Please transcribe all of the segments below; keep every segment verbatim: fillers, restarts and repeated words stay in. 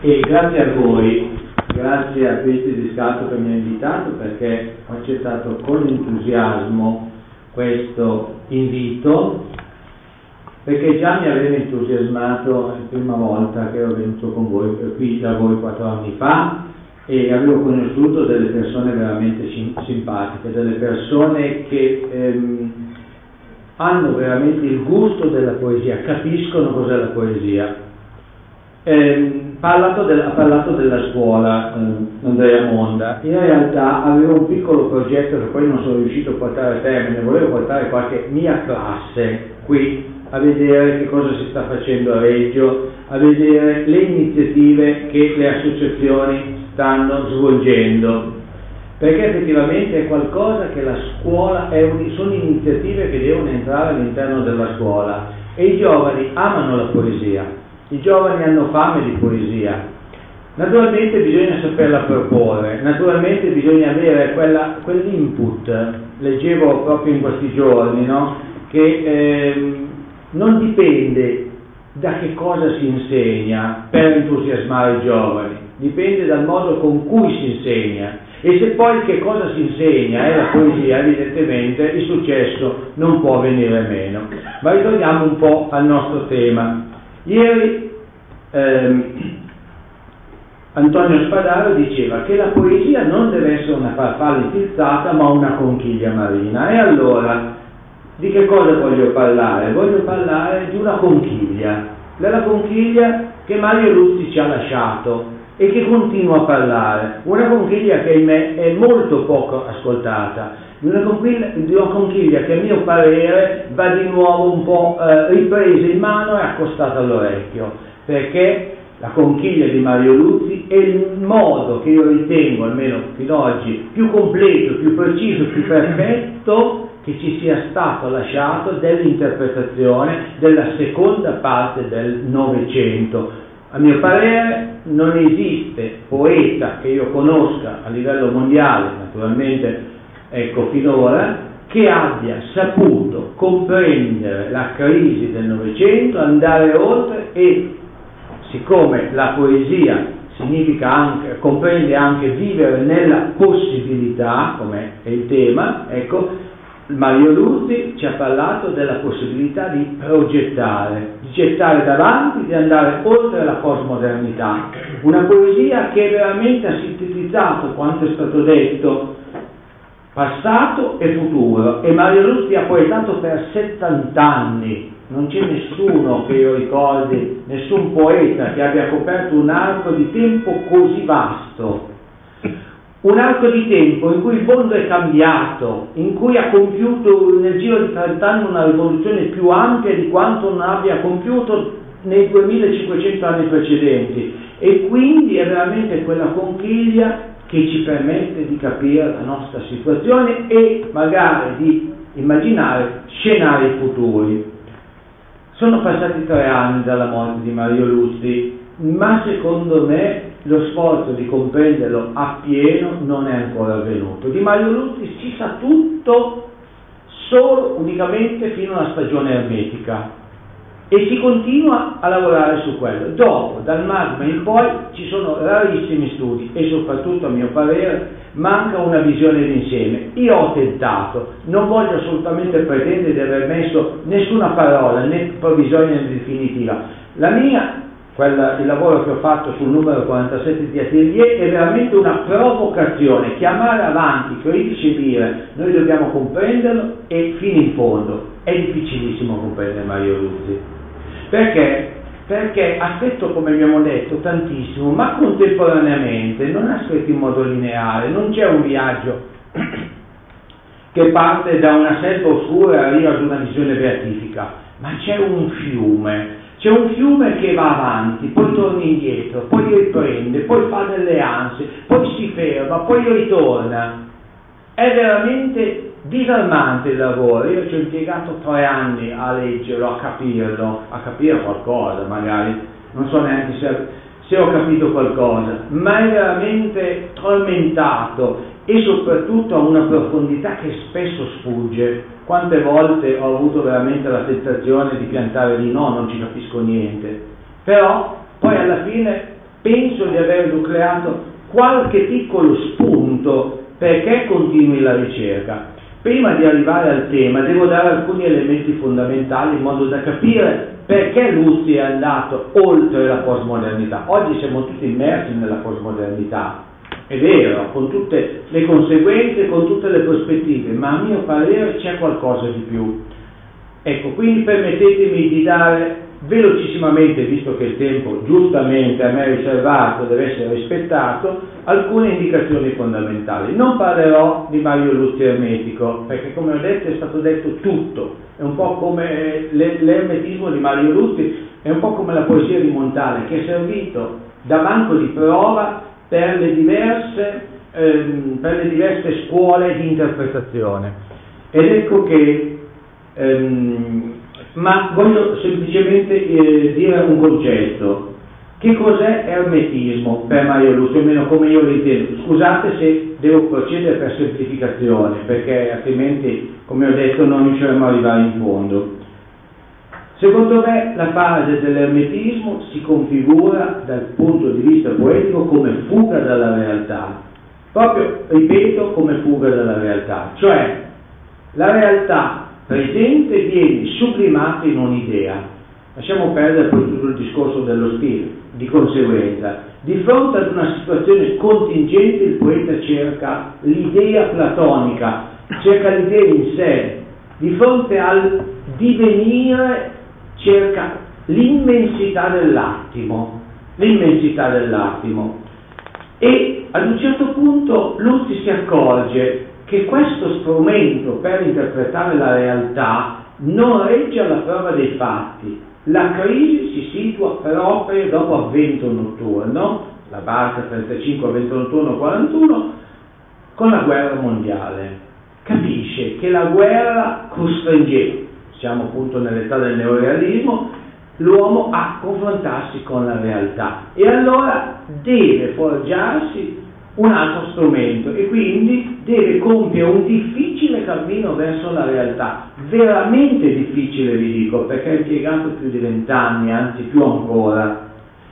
E grazie a voi, grazie a Cristi di Scalzo che mi ha invitato, perché ho accettato con entusiasmo questo invito, perché già mi aveva entusiasmato la prima volta che ero venuto con voi, qui da voi quattro anni fa, e avevo conosciuto delle persone veramente sim- simpatiche, delle persone che ehm, hanno veramente il gusto della poesia, capiscono cos'è la poesia. Eh, parlato del, ha parlato della scuola eh, Andrea Monda. In realtà avevo un piccolo progetto che poi non sono riuscito a portare a termine, volevo portare qualche mia classe qui a vedere che cosa si sta facendo a Reggio, a vedere le iniziative che le associazioni stanno svolgendo, perché effettivamente è qualcosa che la scuola è un, sono iniziative che devono entrare all'interno della scuola, e i giovani amano la poesia. I giovani hanno fame di poesia, naturalmente bisogna saperla proporre, naturalmente bisogna avere quella, quell'input. Leggevo proprio in questi giorni, no? Che eh, non dipende da che cosa si insegna per entusiasmare i giovani, dipende dal modo con cui si insegna, e se poi che cosa si insegna è la poesia, evidentemente il successo non può venire meno. Ma ritorniamo un po' al nostro tema. Ieri ehm, Antonio Spadaro diceva che la poesia non deve essere una farfalla infilzata ma una conchiglia marina, e allora di che cosa voglio parlare? Voglio parlare di una conchiglia, della conchiglia che Mario Luzi ci ha lasciato e che continua a parlare, una conchiglia che in me è molto poco ascoltata, di una conchiglia, di una conchiglia che a mio parere va di nuovo un po' eh, ripresa in mano e accostata all'orecchio, perché la conchiglia di Mario Luzi è il modo che io ritengo, almeno fino ad oggi, più completo, più preciso, più perfetto che ci sia stato lasciato dell'interpretazione della seconda parte del Novecento. A mio parere non esiste poeta che io conosca a livello mondiale, naturalmente, ecco, finora, che abbia saputo comprendere la crisi del Novecento, andare oltre, e siccome la poesia significa anche, comprende anche vivere nella possibilità, come è il tema, ecco, Mario Luzi ci ha parlato della possibilità di progettare, di gettare davanti, di andare oltre la postmodernità. Una poesia che veramente ha sintetizzato quanto è stato detto, passato e futuro, e Mario Luzi ha poetato per settanta anni. Non c'è nessuno che io ricordi, nessun poeta che abbia coperto un arco di tempo così vasto. Un arco di tempo in cui il mondo è cambiato, in cui ha compiuto nel giro di trenta anni una rivoluzione più ampia di quanto non abbia compiuto nei duemilacinquecento anni precedenti, e quindi è veramente quella conchiglia che ci permette di capire la nostra situazione e magari di immaginare scenari futuri. Sono passati tre anni dalla morte di Mario Luzi, ma secondo me lo sforzo di comprenderlo appieno non è ancora avvenuto. Di Mario Luzi si sa tutto solo unicamente fino alla stagione ermetica, e si continua a lavorare su quello. Dopo, dal magma in poi, ci sono rarissimi studi e soprattutto, a mio parere, manca una visione d'insieme. Io ho tentato, non voglio assolutamente pretendere di aver messo nessuna parola né provvisoria né definitiva. La mia Quella, il lavoro che ho fatto sul numero quarantasette di Atelier è veramente una provocazione, chiamare avanti critici e dire noi dobbiamo comprenderlo e fino in fondo. È difficilissimo comprendere Mario Luzi, perché? Perché ha scritto, come abbiamo detto, tantissimo, ma contemporaneamente non ha scritto in modo lineare, non c'è un viaggio che parte da una selva oscura e arriva ad una visione beatifica, ma c'è un fiume. C'è un fiume che va avanti, poi torna indietro, poi riprende, poi fa delle ansie, poi si ferma, poi ritorna. È veramente disarmante il lavoro. Io ci ho impiegato tre anni a leggerlo, a capirlo, a capire qualcosa magari, non so neanche se, se ho capito qualcosa, ma è veramente tormentato e soprattutto ha una profondità che spesso sfugge. Quante volte ho avuto veramente la tentazione di piantare lì, no, non ci capisco niente, però poi alla fine penso di aver nucleato qualche piccolo spunto perché continui la ricerca. Prima di arrivare al tema devo dare alcuni elementi fondamentali in modo da capire perché Luzzi è andato oltre la postmodernità. Oggi siamo tutti immersi nella postmodernità, è vero, con tutte le conseguenze, con tutte le prospettive, ma a mio parere c'è qualcosa di più. Ecco, quindi permettetemi di dare velocissimamente, visto che il tempo giustamente a me riservato deve essere rispettato, alcune indicazioni fondamentali. Non parlerò di Mario Luzzi ermetico, perché come ho detto è stato detto tutto, è un po' come l'ermetismo di Mario Luzzi, è un po' come la poesia di Montale, che è servito da banco di prova per le diverse, ehm, per le diverse scuole di interpretazione. Ed ecco che ehm, ma voglio semplicemente eh, dire un concetto. Che cos'è ermetismo per Mario Luzzi, o almeno come io lo intendo? Scusate se devo procedere per semplificazione, perché altrimenti, come ho detto, non riusciremo ad arrivare in fondo. Secondo me la fase dell'ermetismo si configura dal punto di vista poetico come fuga dalla realtà, proprio, ripeto, come fuga dalla realtà, cioè la realtà presente viene sublimata in un'idea. Lasciamo perdere poi tutto il discorso dello stile. Di conseguenza, di fronte ad una situazione contingente il poeta cerca l'idea platonica, cerca l'idea in sé, di fronte al divenire cerca l'immensità dell'attimo, l'immensità dell'attimo. E ad un certo punto Luzzi si accorge che questo strumento per interpretare la realtà non regge alla prova dei fatti. La crisi si situa proprio dopo Avvento notturno, la barca trentacinque, Avvento notturno quarantuno, con la guerra mondiale. Capisce che la guerra costringeva, siamo appunto nell'età del neorealismo, l'uomo a confrontarsi con la realtà e allora deve forgiarsi un altro strumento e quindi deve compiere un difficile cammino verso la realtà, veramente difficile vi dico, perché ha impiegato più di vent'anni, anzi più ancora.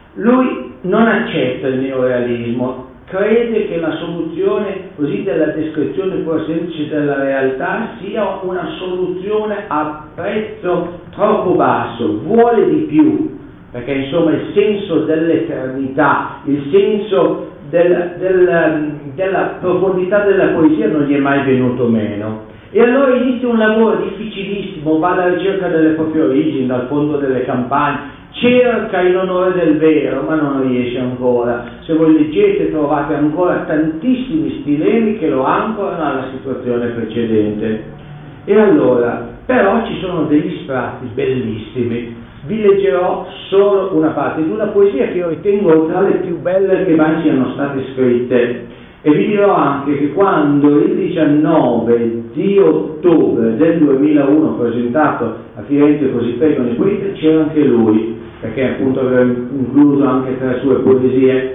Lui non accetta il neorealismo, crede che la soluzione così della descrizione pura semplice della realtà sia una soluzione a prezzo troppo basso, vuole di più, perché insomma il senso dell'eternità, il senso Del, del, della profondità della poesia non gli è mai venuto meno e allora inizia un lavoro difficilissimo, va alla ricerca delle proprie origini dal fondo delle campagne, cerca in onore del vero ma non riesce ancora. Se voi leggete trovate ancora tantissimi stilemi che lo ancorano alla situazione precedente e allora però ci sono degli sfratti bellissimi. Vi leggerò solo una parte di una poesia che io ritengo tra le più belle che mai siano state scritte e vi dirò anche che quando il diciannove di ottobre del duemilauno presentato a Firenze Così Pregano i Poeti c'era anche lui, perché appunto aveva incluso anche tre sue poesie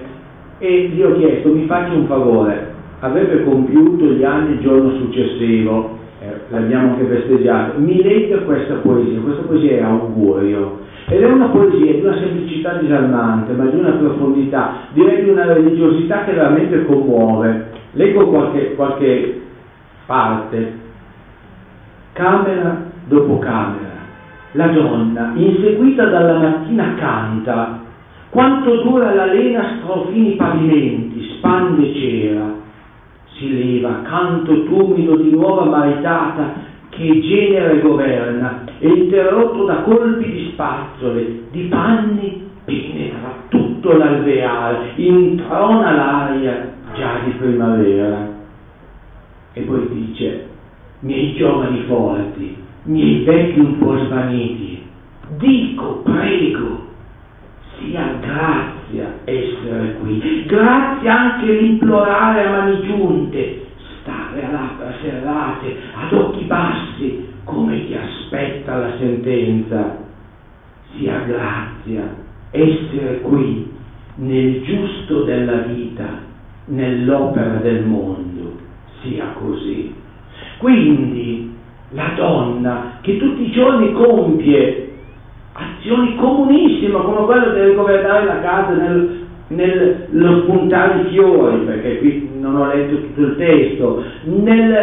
e gli ho chiesto mi faccia un favore, avrebbe compiuto gli anni il giorno successivo, Eh, l'abbiamo anche festeggiato, mi legga questa poesia, questa poesia è Augurio ed è una poesia di una semplicità disarmante ma di una profondità, direi di una religiosità che veramente commuove. Leggo qualche, qualche parte. Camera dopo camera la donna inseguita dalla mattina canta, quanto dura la lena strofini pavimenti, spande cera, si leva, canto tumido di nuova maritata che genera e governa, e interrotto da colpi di spazzole, di panni, penetra tutto l'alveare, introna l'aria già di primavera. E poi dice, miei giovani forti, miei vecchi un po' svaniti, dico, prego, sia grazia essere qui, grazia anche l'implorare a mani giunte, stare a labbra serrate, ad occhi bassi, come chi aspetta la sentenza. Sia grazia essere qui, nel giusto della vita, nell'opera del mondo, sia così. Quindi la donna che tutti i giorni compie azioni comunissime come quello di governare la casa nel nello spuntare i fiori, perché qui non ho letto tutto il testo, nel,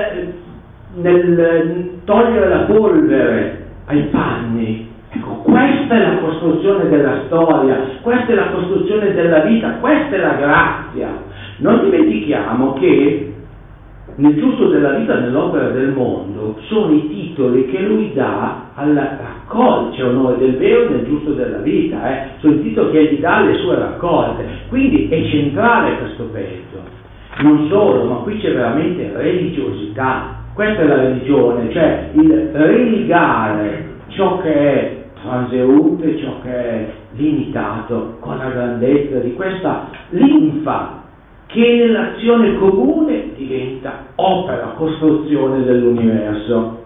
nel togliere la polvere ai panni. Ecco, questa è la costruzione della storia, questa è la costruzione della vita, questa è la grazia. Non dimentichiamo che nel giusto della vita, nell'opera del mondo, sono i titoli che lui dà alla raccolta, c'è onore del vero nel giusto della vita, eh? sono i titoli che egli dà alle sue raccolte, quindi è centrale questo pezzo. Non solo, ma qui c'è veramente religiosità, questa è la religione, cioè il religare ciò che è transeunte, ciò che è limitato, con la grandezza di questa linfa che nell'azione comune diventa opera, costruzione dell'universo.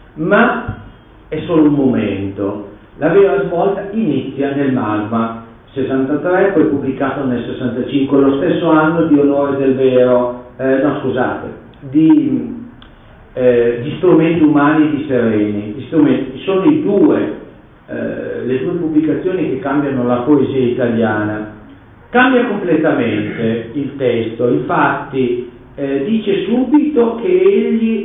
Ma è solo un momento, la vera svolta inizia nel Magma sessantatré, poi pubblicato nel sessantacinque, lo stesso anno di Onore del Vero, eh, no scusate, di, eh, di Strumenti Umani di Sereni. Gli strumenti, sono i due, eh, le due pubblicazioni che cambiano la poesia italiana. Cambia completamente il testo, infatti eh, dice subito che egli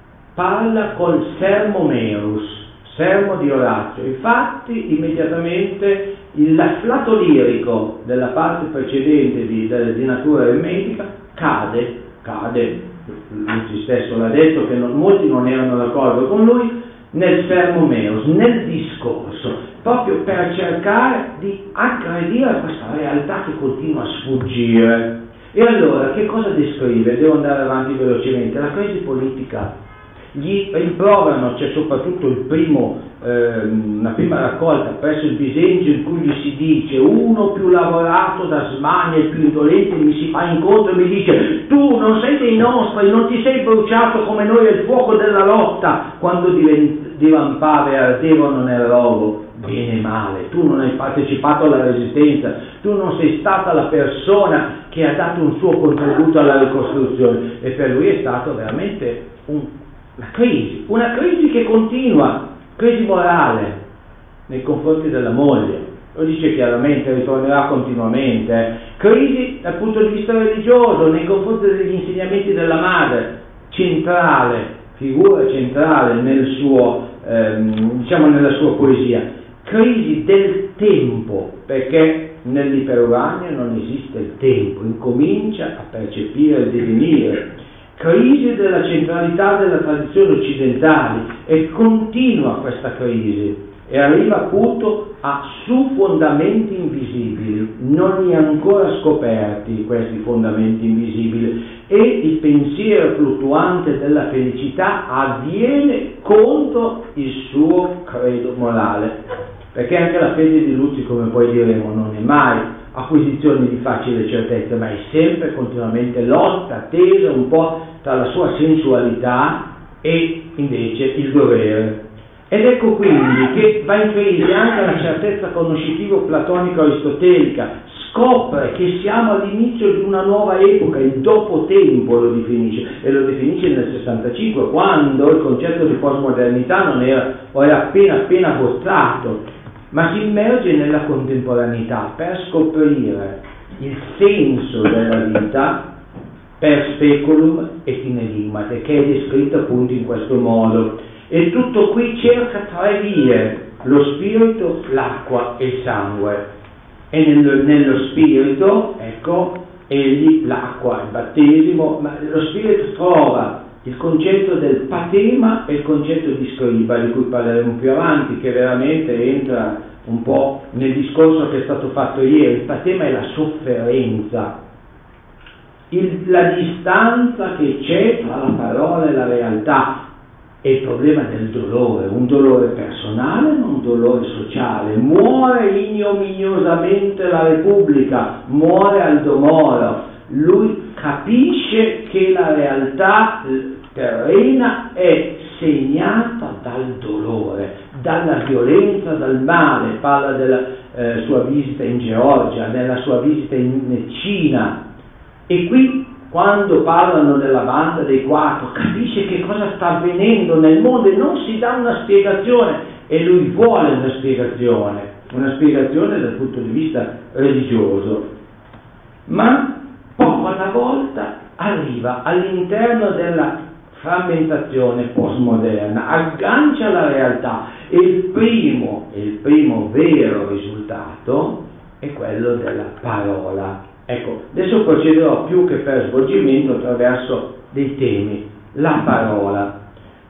parla col sermo merus, sermo di Orazio, infatti immediatamente il l'afflato lirico della parte precedente di, di natura ermetica cade, cade, lui stesso l'ha detto che non, molti non erano d'accordo con lui, nel sermo merus, nel discorso, proprio per cercare di aggredire questa realtà che continua a sfuggire. E allora, che cosa descrive? Devo andare avanti velocemente. La crisi politica. Gli rimproverano, c'è soprattutto il primo, ehm, una prima raccolta presso il Bisenzio in cui gli si dice: uno più lavorato da smania e più indolente mi si fa incontro e mi dice: tu non sei dei nostri, non ti sei bruciato come noi al fuoco della lotta quando divampava e ardevano nel rogo. Bene e male, tu non hai partecipato alla resistenza, tu non sei stata la persona che ha dato un suo contributo alla ricostruzione. E per lui è stato veramente un, una crisi, una crisi che continua, crisi morale nei confronti della moglie, lo dice chiaramente, ritornerà continuamente, eh. Crisi dal punto di vista religioso nei confronti degli insegnamenti della madre, centrale, figura centrale nel suo, ehm, diciamo nella sua poesia. Crisi del tempo, perché nell'iperuranio non esiste il tempo, incomincia a percepire il divenire. Crisi della centralità della tradizione occidentale e continua questa crisi e arriva appunto a su fondamenti invisibili, non li ha ancora scoperti questi fondamenti invisibili, e il pensiero fluttuante della felicità avviene contro il suo credo morale. Perché anche la fede di Luzzi, come poi diremo, non è mai acquisizione di facile certezza, ma è sempre continuamente lotta, tesa un po' tra la sua sensualità e invece il dovere. Ed ecco quindi che va in crisi anche la certezza conoscitivo-platonica-aristotelica, scopre che siamo all'inizio di una nuova epoca, il dopo tempo lo definisce, e lo definisce nel sessantacinque, quando il concetto di postmodernità non era, o era appena appena bozzato, ma si immerge nella contemporaneità per scoprire il senso della vita per speculum et in enigmate, che è descritto appunto in questo modo. E tutto qui cerca tre vie: lo spirito, l'acqua e il sangue. E nello, nello spirito, ecco, egli, l'acqua, il battesimo, ma lo spirito trova il concetto del patema e il concetto di scriba, di cui parleremo più avanti, che veramente entra un po' nel discorso che è stato fatto ieri. Il patema è la sofferenza, il, la distanza che c'è tra la parola e la realtà, e il problema del dolore, un dolore personale, non un dolore sociale. Muore ignominiosamente la Repubblica, muore Aldo Moro. Lui capisce che la realtà terrena è segnata dal dolore, dalla violenza, dal male. Parla della eh, sua visita in Georgia, della sua visita in Cina, e qui quando parlano della banda dei quattro capisce che cosa sta avvenendo nel mondo e non si dà una spiegazione, e lui vuole una spiegazione, una spiegazione dal punto di vista religioso. ma poco alla volta arriva all'interno della frammentazione postmoderna, aggancia la realtà e il primo, il primo vero risultato è quello della parola. Ecco, adesso procederò più che per svolgimento attraverso dei temi. La parola.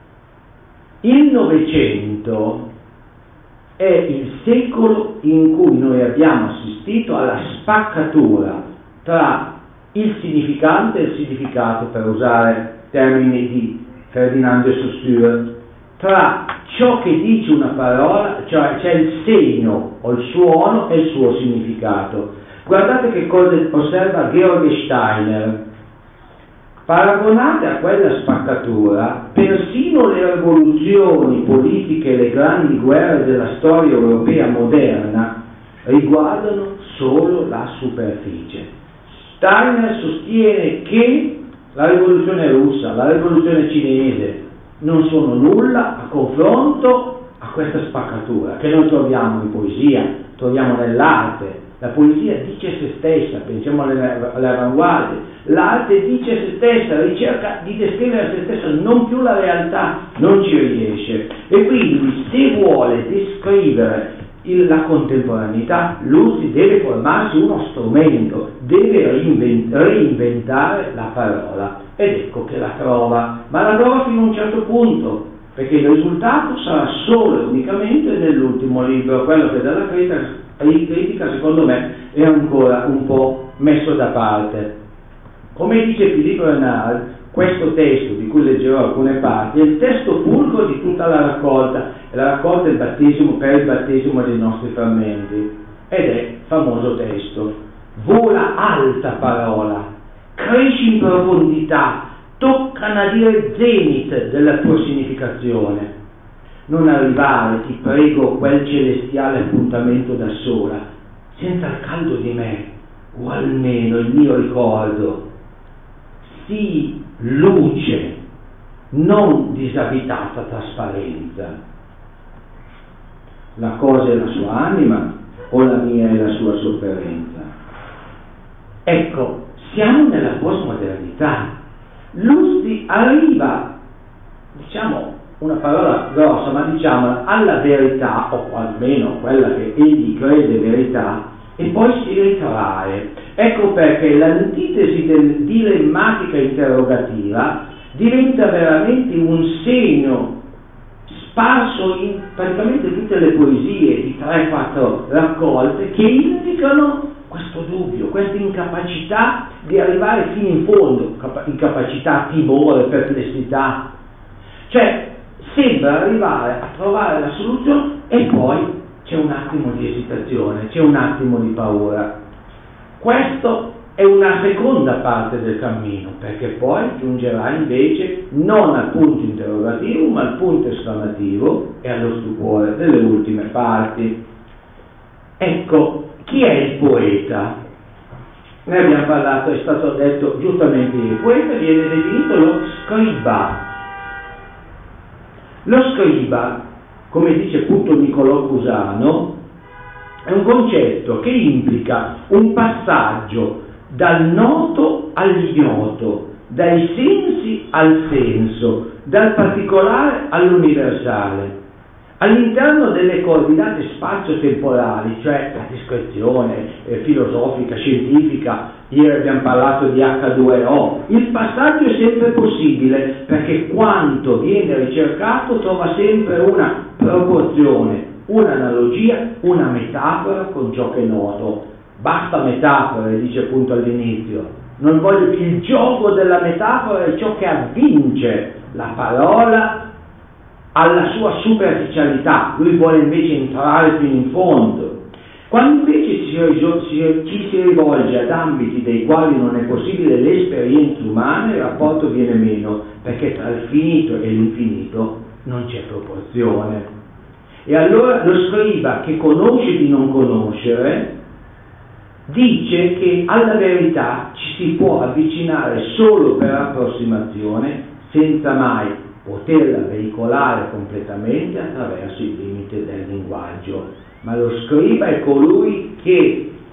Il Novecento è il secolo in cui noi abbiamo assistito alla spaccatura tra il significante e il significato, per usare termini di Ferdinand de Saussure, tra ciò che dice una parola, cioè c'è il segno o il suono e il suo significato. Guardate che cosa osserva Georg Steiner. Paragonate a quella spaccatura, persino le rivoluzioni politiche e le grandi guerre della storia europea moderna riguardano solo la superficie. Steiner sostiene che la rivoluzione russa, la rivoluzione cinese non sono nulla a confronto a questa spaccatura che noi troviamo in poesia, troviamo nell'arte. La poesia dice se stessa, pensiamo alle, alle avanguardie, l'arte dice se stessa, ricerca di descrivere se stessa, non più la realtà, non ci riesce. E quindi se vuole descrivere il, la contemporaneità, lui deve formarsi uno strumento, deve reinvent, reinventare la parola, ed ecco che la trova, ma la trova fino a un certo punto, perché il risultato sarà solo e unicamente nell'ultimo libro, quello che dalla critica critica secondo me è ancora un po' messo da parte. Come dice Philippe Renard, questo testo di cui leggerò alcune parti è il testo fulcro di tutta la raccolta, è la raccolta del battesimo per il battesimo dei nostri frammenti, ed è il famoso testo: vola alta parola, cresci in profondità, tocca a dire il zenit della tua significazione. Non arrivare, ti prego, quel celestiale appuntamento da sola, senza il caldo di me, o almeno il mio ricordo. Sii luce, non disabitata trasparenza. La cosa è la sua anima, o la mia è la sua sofferenza? Ecco, siamo nella postmodernità. Lusti arriva, diciamo, una parola grossa, ma diciamola, alla verità, o almeno quella che egli crede verità, e poi si ritrae. Ecco perché l'antitesi del dilemmatica interrogativa diventa veramente un segno sparso in praticamente tutte le poesie di tre quattro raccolte che indicano questo dubbio, questa incapacità di arrivare fino in fondo, incapacità, timore, perplessità. Cioè, sembra arrivare a trovare la soluzione e poi c'è un attimo di esitazione, c'è un attimo di paura. Questo è una seconda parte del cammino, perché poi giungerà invece non al punto interrogativo, ma al punto esclamativo e allo stupore delle ultime parti. Ecco, chi è il poeta? Ne abbiamo parlato, è stato detto giustamente ieri. Il poeta viene definito lo scriba. Lo scriba, come dice appunto Niccolò Cusano, è un concetto che implica un passaggio dal noto all'ignoto, dai sensi al senso, dal particolare all'universale. All'interno delle coordinate spazio-temporali, cioè la descrizione eh, filosofica, scientifica, ieri abbiamo parlato di acca due o, il passaggio è sempre possibile perché quanto viene ricercato trova sempre una proporzione, un'analogia, una metafora con ciò che è noto. Basta metafore, dice appunto all'inizio, non voglio più il gioco della metafora, è ciò che avvince la parola alla sua superficialità, lui vuole invece entrare fino in fondo. Quando invece ci si, ci si rivolge ad ambiti dei quali non è possibile l'esperienza umana, il rapporto viene meno, perché tra il finito e l'infinito non c'è proporzione. E allora lo scriba, che conosce di non conoscere, dice che alla verità ci si può avvicinare solo per approssimazione, senza mai poterla veicolare completamente attraverso i limiti del linguaggio. Ma lo scriba è colui che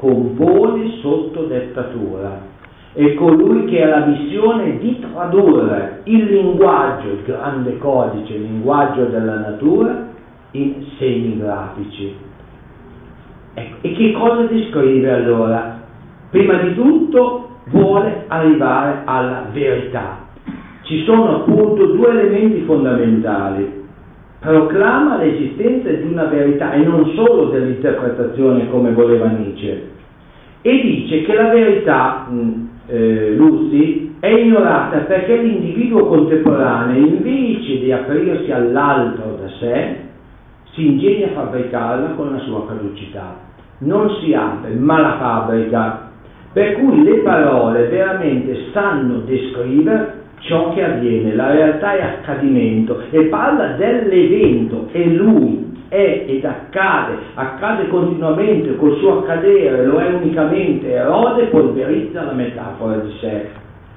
compone sotto dettatura. È colui che ha la missione di tradurre il linguaggio, il grande codice, il linguaggio della natura, in segni grafici. Ecco, e che cosa descrive allora? Prima di tutto vuole arrivare alla verità. Ci sono appunto due elementi fondamentali. Proclama l'esistenza di una verità e non solo dell'interpretazione come voleva Nietzsche, e dice che la verità, eh, Lucy, è ignorata perché l'individuo contemporaneo, invece di aprirsi all'altro da sé, si ingegna a fabbricarla con la sua caducità. Non si apre, ma la fabbrica. Per cui le parole veramente sanno descrivere ciò che avviene, la realtà è accadimento, e parla dell'evento, e lui è ed accade, accade continuamente, col suo accadere lo è unicamente, erode, polverizza la metafora di sé.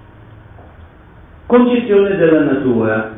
Concezione della natura.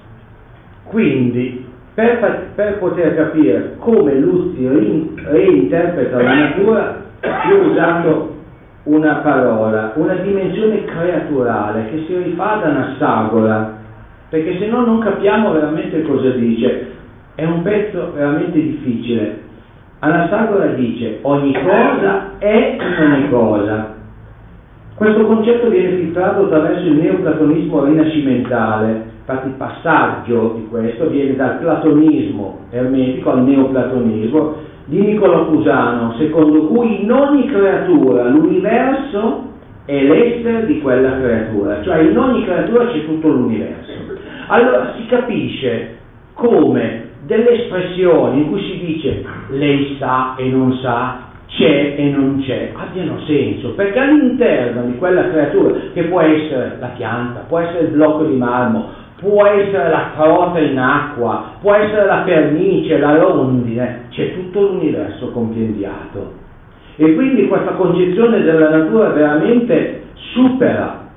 Quindi, per, per poter capire come Luzi reinterpreta la natura, io ho usato una parola, una dimensione creaturale che si rifà ad Anassagora, perché se no non capiamo veramente cosa dice. È un pezzo veramente difficile. Anassagora dice: ogni cosa è in ogni cosa. Questo concetto viene filtrato attraverso il neoplatonismo rinascimentale. Infatti il passaggio di questo viene dal platonismo ermetico al neoplatonismo di Niccolò Cusano, secondo cui in ogni creatura l'universo è l'essere di quella creatura, cioè in ogni creatura c'è tutto l'universo. Allora si capisce come delle espressioni in cui si dice lei sa e non sa, c'è e non c'è, abbiano senso, perché all'interno di quella creatura, che può essere la pianta, può essere il blocco di marmo, può essere la trota in acqua, può essere la pernice, la rondine, c'è tutto l'universo compendiato. E quindi questa concezione della natura veramente supera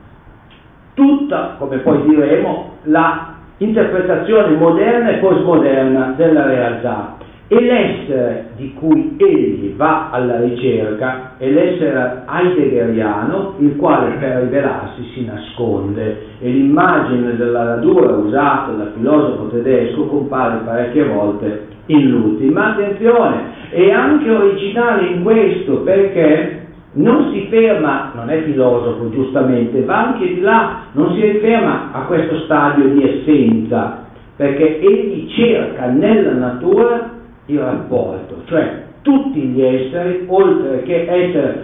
tutta, come poi diremo, la interpretazione moderna e postmoderna della realtà. E l'essere di cui egli va alla ricerca è l'essere heideggeriano, il quale per rivelarsi si nasconde, e l'immagine della natura usata dal filosofo tedesco compare parecchie volte in Luzi. Ma attenzione, è anche originale in questo, perché non si ferma, non è filosofo giustamente, va anche di là, non si ferma a questo stadio di essenza, perché egli cerca nella natura il rapporto, cioè tutti gli esseri, oltre che essere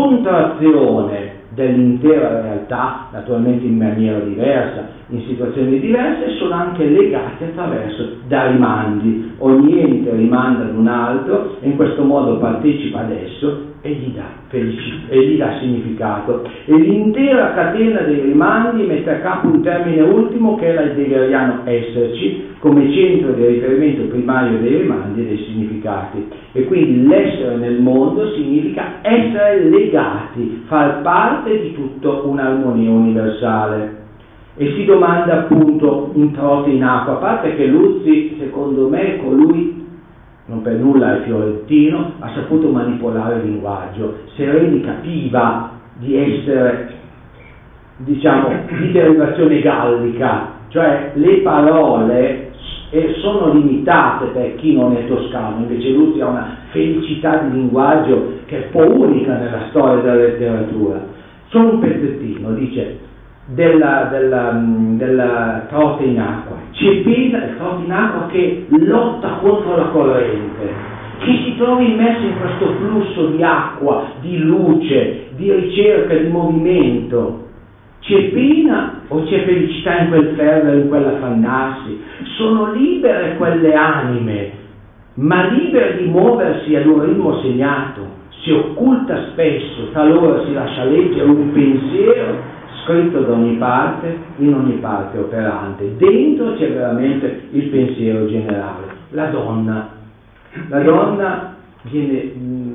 contrazione dell'intera realtà, naturalmente in maniera diversa, in situazioni diverse, sono anche legati attraverso da rimandi. Ogni ente rimanda ad un altro e in questo modo partecipa ad esso e gli dà felicità, e gli dà significato. E l'intera catena dei rimandi mette a capo un termine ultimo che è l'heideggeriano esserci, come centro di riferimento primario dei rimandi e dei significati. E quindi l'essere nel mondo significa essere legati, far parte di tutto un'armonia universale. E si domanda appunto in trota in acqua, a parte che Luzi, secondo me, colui, non per nulla è fiorentino, ha saputo manipolare il linguaggio. Sereni capiva di essere, diciamo, di derivazione gallica, cioè le parole sono limitate per chi non è toscano, invece Luzi ha una felicità di linguaggio che è un po' unica nella storia della letteratura. Solo un pezzettino, dice, della, della, della trota in acqua. C'è pesa il trota in acqua che lotta contro la corrente, che si trova immerso in questo flusso di acqua, di luce, di ricerca, di movimento. C'è pena o c'è felicità in quel fervere, in quell'affannarsi? Sono libere quelle anime, ma libere di muoversi ad un ritmo segnato. Si occulta spesso, talora si lascia leggere un pensiero scritto da ogni parte, in ogni parte operante. Dentro c'è veramente il pensiero generale. La donna, la donna viene,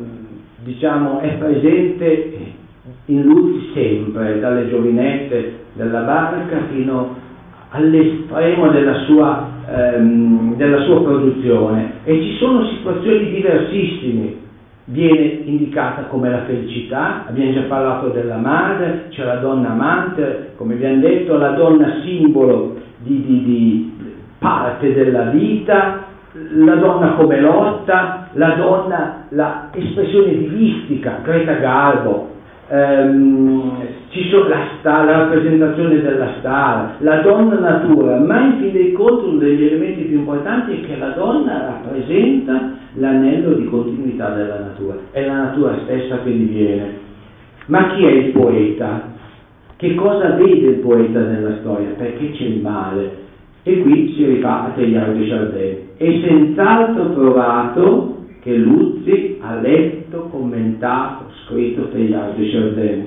diciamo, è presente in Luzi sempre, dalle giovinette della barca fino all'estremo della sua, ehm, della sua produzione, e ci sono situazioni diversissime viene indicata come la felicità. Abbiamo già parlato della madre, c'è la donna amante, come abbiamo detto, la donna simbolo di, di, di parte della vita, la donna come lotta, la donna, la espressione divistica, Greta Garbo, ehm, ci sono la, star, la rappresentazione della star, la donna natura, ma in fin dei conti uno degli elementi più importanti è che la donna rappresenta l'anello di continuità della natura, è la natura stessa che diviene. Ma chi è il poeta? Che cosa vede il poeta nella storia? Perché c'è il male. E qui si rifà a Teilhard de Chardin. È senz'altro provato che Luzzi ha letto, commentato, scritto Teilhard de Chardin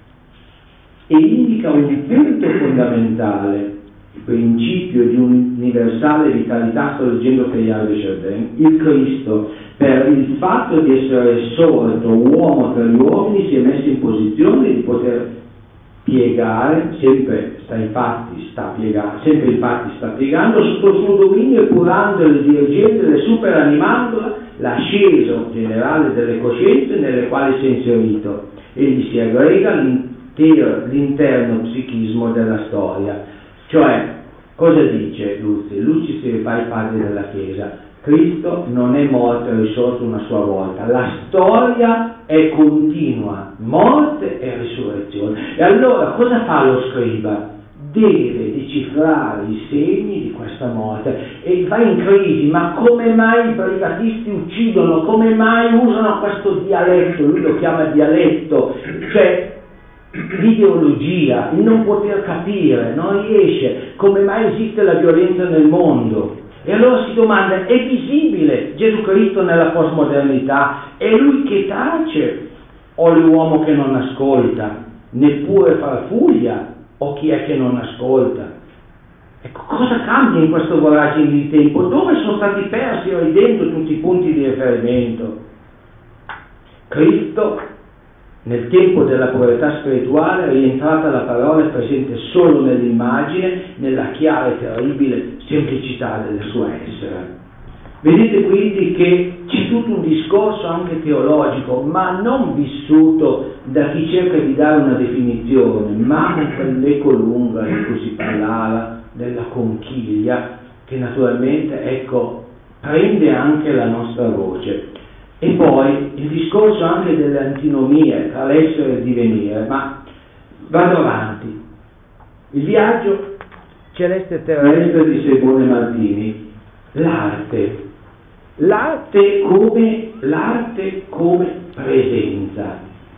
e indica un punto fondamentale, il principio di un'universale vitalità. Sto leggendo Teilhard de Chardin. Il Cristo, per il fatto di essere sorto uomo tra gli uomini, si è messo in posizione di poter piegare, sempre sta infatti sta piegando, sempre infatti sta piegando sotto il suo dominio, epurandole, dirigendole, superanimandola, l'asceso generale delle coscienze nelle quali si è inserito. Egli si aggrega l'interno psichismo della storia. Cioè, cosa dice Luzzi? Luzzi si rifà ai padri della Chiesa. Cristo non è morto e risorto una sua volta, la storia è continua, morte e risurrezione. E allora cosa fa lo scriba? Deve decifrare i segni di questa morte e va in crisi. Ma come mai i brigatisti uccidono? Come mai usano questo dialetto? Lui lo chiama dialetto, cioè l'ideologia, il non poter capire, non riesce. Come mai esiste la violenza nel mondo? E allora si domanda: è visibile Gesù Cristo nella postmodernità? È lui che tace o l'uomo che non ascolta? Neppure farfuglia o chi è che non ascolta? Ecco, cosa cambia in questo voragine di tempo? Dove sono stati persi ridendo tutti i punti di riferimento? Cristo, nel tempo della povertà spirituale, è rientrata la parola, è presente solo nell'immagine, nella chiara e terribile semplicità del suo essere. Vedete quindi che c'è tutto un discorso anche teologico, ma non vissuto da chi cerca di dare una definizione, ma con quell'eco lunga di cui si parlava, della conchiglia, che naturalmente, ecco, prende anche la nostra voce. E poi il discorso anche delle antinomie tra l'essere e il divenire. Ma vado avanti. Il viaggio celeste e terrestre di Simone Martini. L'arte. L'arte come, l'arte come presenza.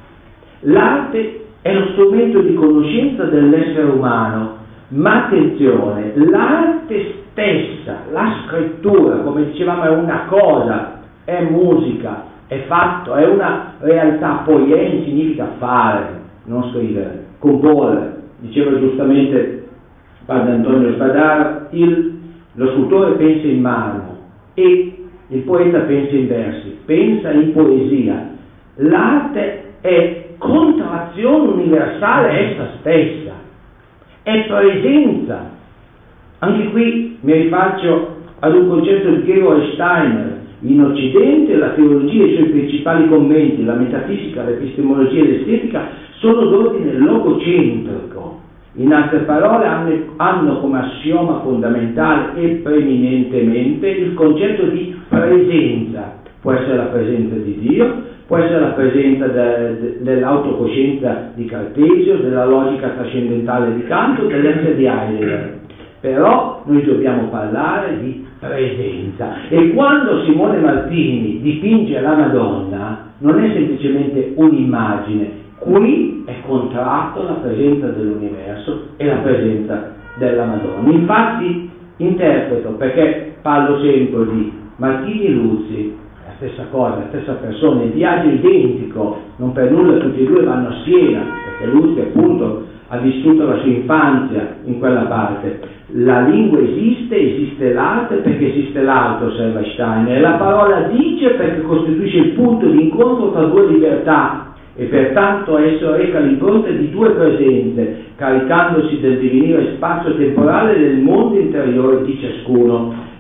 L'arte è lo strumento di conoscenza dell'essere umano, ma attenzione, l'arte stessa, la scrittura, come dicevamo, è una cosa, è musica, è fatto, è una realtà. Poien significa fare, non scrivere, comporre. Diceva giustamente padre Antonio Spadaro, il, lo scultore pensa in marmo e il poeta pensa in versi, pensa in poesia. L'arte è contrazione universale essa stessa, è presenza. Anche qui mi rifaccio ad un concetto di Georg Steiner. In Occidente la teologia e i suoi principali commenti, la metafisica, l'epistemologia e l'estetica, sono d'ordine logocentrico. In altre parole, hanno, hanno come assioma fondamentale e preminentemente il concetto di presenza. Può essere la presenza di Dio, può essere la presenza de, de, dell'autocoscienza di Cartesio, della logica trascendentale di Kant, dell'essere di Heidegger. Però noi dobbiamo parlare di presenza. E quando Simone Martini dipinge la Madonna, non è semplicemente un'immagine. Qui è contratto la presenza dell'universo e la presenza della Madonna. Infatti interpreto, perché parlo sempre di Martini e Luzzi, la stessa cosa, la stessa persona, il viaggio identico, non per nulla tutti e due vanno a Siena, perché Luzzi appunto ha vissuto la sua infanzia in quella parte. La lingua esiste, esiste l'arte perché esiste l'arte, osserva Steiner, e la parola dice perché costituisce il punto di incontro tra due libertà e pertanto esso reca l'impronta di due presenze, caricandosi del divenire spazio-temporale del mondo interiore di ciascuno.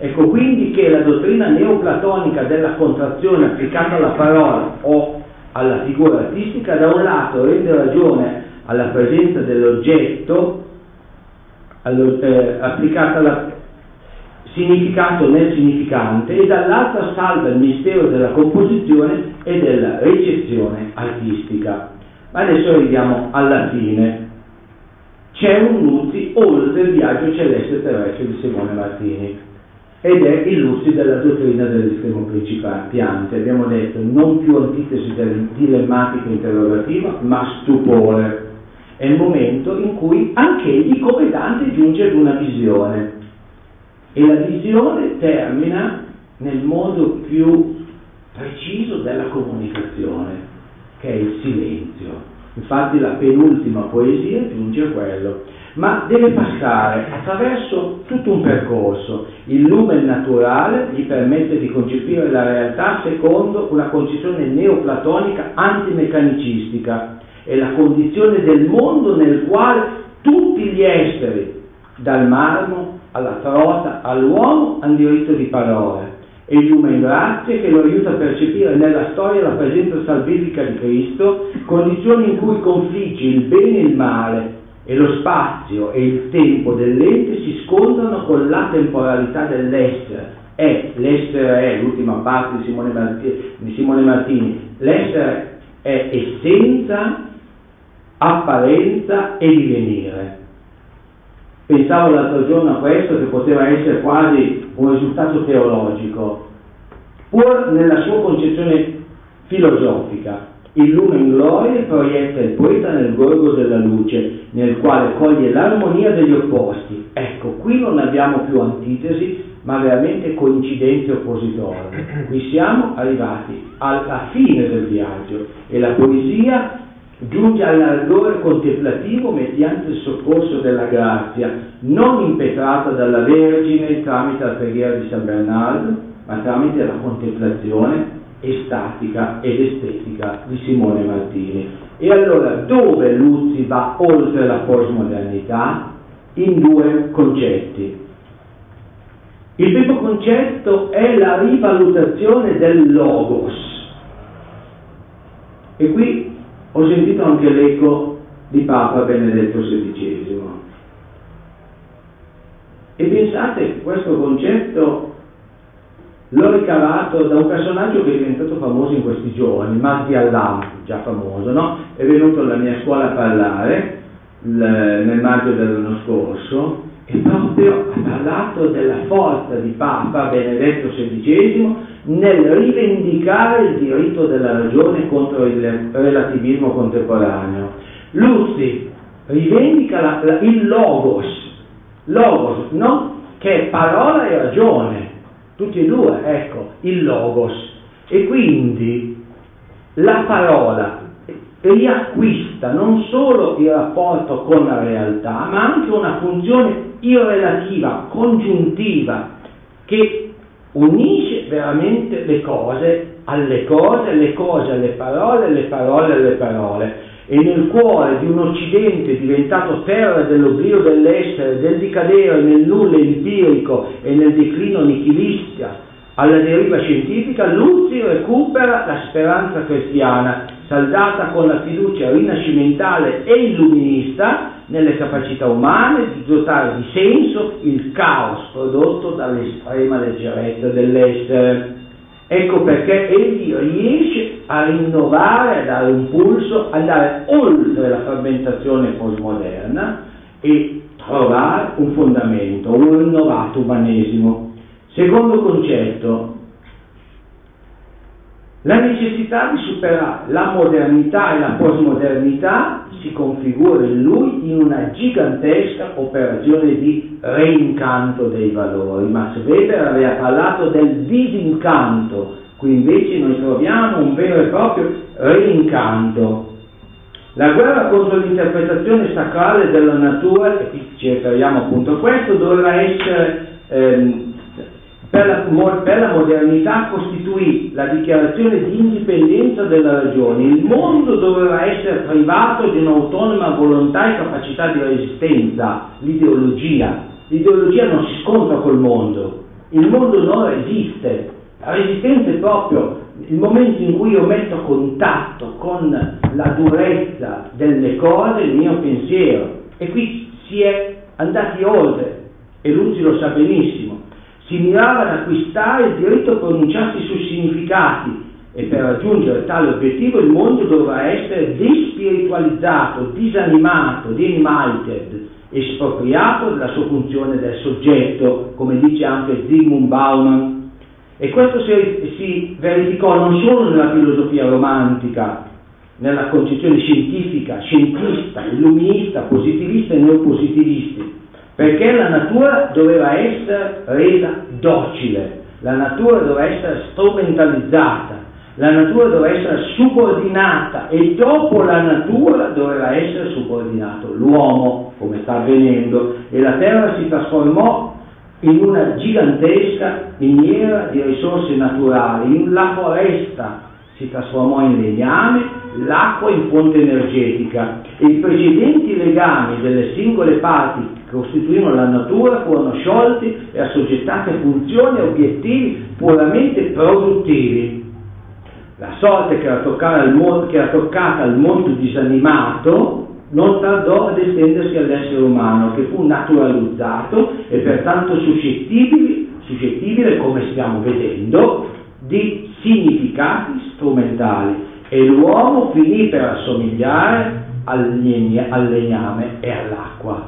Ecco quindi che la dottrina neoplatonica della contrazione applicata alla parola o alla figura artistica da un lato rende ragione alla presenza dell'oggetto allo, eh, applicata al significato nel significante e dall'altro salva il mistero della composizione e della ricezione artistica. Ma adesso arriviamo alla fine. C'è un Luzzi oltre il viaggio celeste terrestre di Simone Martini ed è il Luzzi della dottrina dell'estremo principiante. Abbiamo detto non più antitesi dilemmatica interrogativa ma stupore. È il momento in cui anch'egli come Dante giunge ad una visione e la visione termina nel modo più preciso della comunicazione, che è il silenzio. Infatti la penultima poesia giunge a quello, ma deve passare attraverso tutto un percorso. Il lumen naturale gli permette di concepire la realtà secondo una concezione neoplatonica antimeccanicistica. È la condizione del mondo nel quale tutti gli esseri, dal marmo alla trota all'uomo, hanno diritto di parole. E il lumen grazie che lo aiuta a percepire nella storia la presenza salvifica di Cristo, condizioni in cui confligge il bene e il male e lo spazio e il tempo dell'ente si scontrano con la temporalità dell'essere. È, l'essere è, l'ultima parte di Simone Martini, di Simone Martini l'essere è essenza, apparenza e divenire. Pensavo l'altro giorno a questo che poteva essere quasi un risultato teologico, pur nella sua concezione filosofica. Il lumen gloria proietta il poeta nel gorgo della luce, nel quale coglie l'armonia degli opposti. Ecco, qui non abbiamo più antitesi, ma veramente coincidenze oppositorie. Qui siamo arrivati alla fine del viaggio e la poesia giunge all'ardore contemplativo mediante il soccorso della grazia, non impetrata dalla Vergine tramite la preghiera di San Bernardo, ma tramite la contemplazione estatica ed estetica di Simone Martini. E allora dove Luzzi va oltre la postmodernità? In due concetti. Il primo concetto è la rivalutazione del logos. E qui ho sentito anche l'eco di Papa Benedetto sedicesimo. E pensate, questo concetto l'ho ricavato da un personaggio che è diventato famoso in questi giorni, Mahdi Allam, già famoso, no? È venuto alla mia scuola a parlare l- nel maggio dell'anno scorso e proprio ha parlato della forza di Papa Benedetto sedicesimo nel rivendicare il diritto della ragione contro il relativismo contemporaneo. Luzzi rivendica la, la, il logos, logos, no? Che è parola e ragione, tutti e due, ecco, il logos. E quindi la parola riacquista non solo il rapporto con la realtà, ma anche una funzione irrelativa, congiuntiva, che unisce veramente le cose alle cose, le cose alle parole, le parole alle parole. E nel cuore di un Occidente diventato terra dell'oblio dell'essere, del ricadere nel nulla empirico e nel declino nichilista alla deriva scientifica, Luzzi recupera la speranza cristiana, saldata con la fiducia rinascimentale e illuminista nelle capacità umane di dotare di senso il caos prodotto dall'estrema leggerezza dell'essere. Ecco perché egli riesce a rinnovare, a dare un pulso, a andare oltre la frammentazione postmoderna e trovare un fondamento, un rinnovato umanesimo. Secondo concetto, la necessità di superare la modernità e la postmodernità si configura in lui in una gigantesca operazione di reincanto dei valori. Max Weber aveva parlato del disincanto, qui invece noi troviamo un vero e proprio reincanto. La guerra contro l'interpretazione sacrale della natura, e qui ci riferiamo appunto a questo, dovrà essere ehm, Per la, per la modernità costituì la dichiarazione di indipendenza della ragione. Il mondo doveva essere privato di un'autonoma volontà e capacità di resistenza, l'ideologia. L'ideologia non si scontra col mondo, il mondo non resiste. La resistenza è proprio il momento in cui io metto a contatto con la durezza delle cose il mio pensiero, e qui si è andati oltre, e Luzzi lo sa benissimo. Si mirava ad acquistare il diritto a pronunciarsi sui significati, e per raggiungere tale obiettivo il mondo dovrà essere despiritualizzato, disanimato, deanimated, espropriato della sua funzione del soggetto, come dice anche Zygmunt Bauman. E questo si, si verificò non solo nella filosofia romantica, nella concezione scientifica, scientista, illuminista, positivista e neopositivisti, perché la natura doveva essere resa docile, la natura doveva essere strumentalizzata, la natura doveva essere subordinata, e dopo la natura doveva essere subordinato l'uomo, come sta avvenendo, e la terra si trasformò in una gigantesca miniera di risorse naturali. La foresta si trasformò in legname, l'acqua in fonte energetica, e i precedenti legami delle singole parti che costituivano la natura furono sciolti e assoggettati a funzioni e obiettivi puramente produttivi. La sorte che era toccata al mondo, che era toccata al mondo disanimato non tardò ad estendersi all'essere umano, che fu naturalizzato e pertanto suscettibile, suscettibile, come stiamo vedendo, di significati strumentali, e l'uomo finì per assomigliare al, legne, al legname e all'acqua.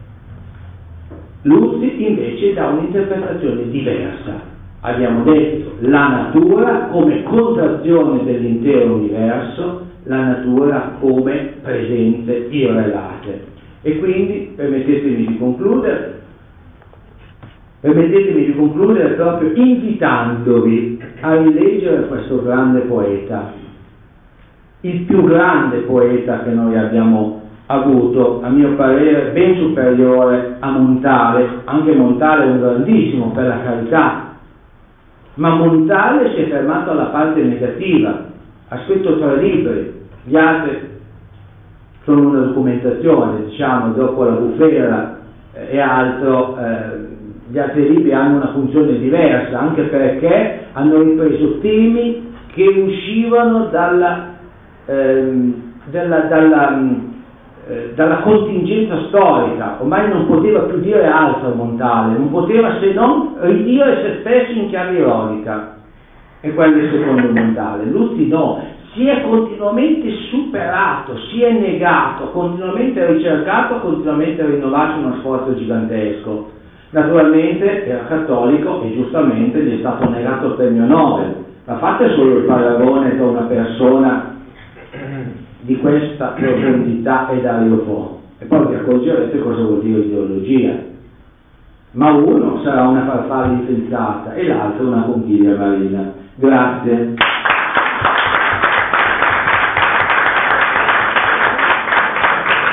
Luzzi invece dà un'interpretazione diversa. Abbiamo detto la natura come contrazione dell'intero universo, la natura come presenze irrelate. E quindi permettetemi di concludere, permettetemi di concludere proprio invitandovi a rileggere questo grande poeta, il più grande poeta che noi abbiamo avuto, a mio parere ben superiore a Montale. Anche Montale è un grandissimo, per la carità, ma Montale si è fermato alla parte negativa, ha scritto tre libri, gli altri sono una documentazione, diciamo, dopo la bufera eh, e altro, eh, gli altri libri hanno una funzione diversa, anche perché hanno ripreso temi che uscivano dalla, ehm, dalla, dalla, eh, dalla contingenza storica. Ormai non poteva più dire altro Montale, non poteva se non ridire se stesso in chiave ironica, e quello è secondo Montale. Luzzi no, si è continuamente superato, si è negato, continuamente ricercato, continuamente rinnovato uno sforzo gigantesco. Naturalmente era cattolico e giustamente gli è stato negato il premio Nobel, ma fate solo il paragone tra una persona di questa profondità e Dario Fo, e poi vi accorgerete cosa vuol dire ideologia. Ma uno sarà una farfalla infiltrata e l'altro una conchiglia marina. Grazie.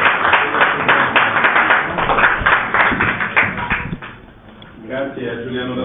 Grazie a Giuliano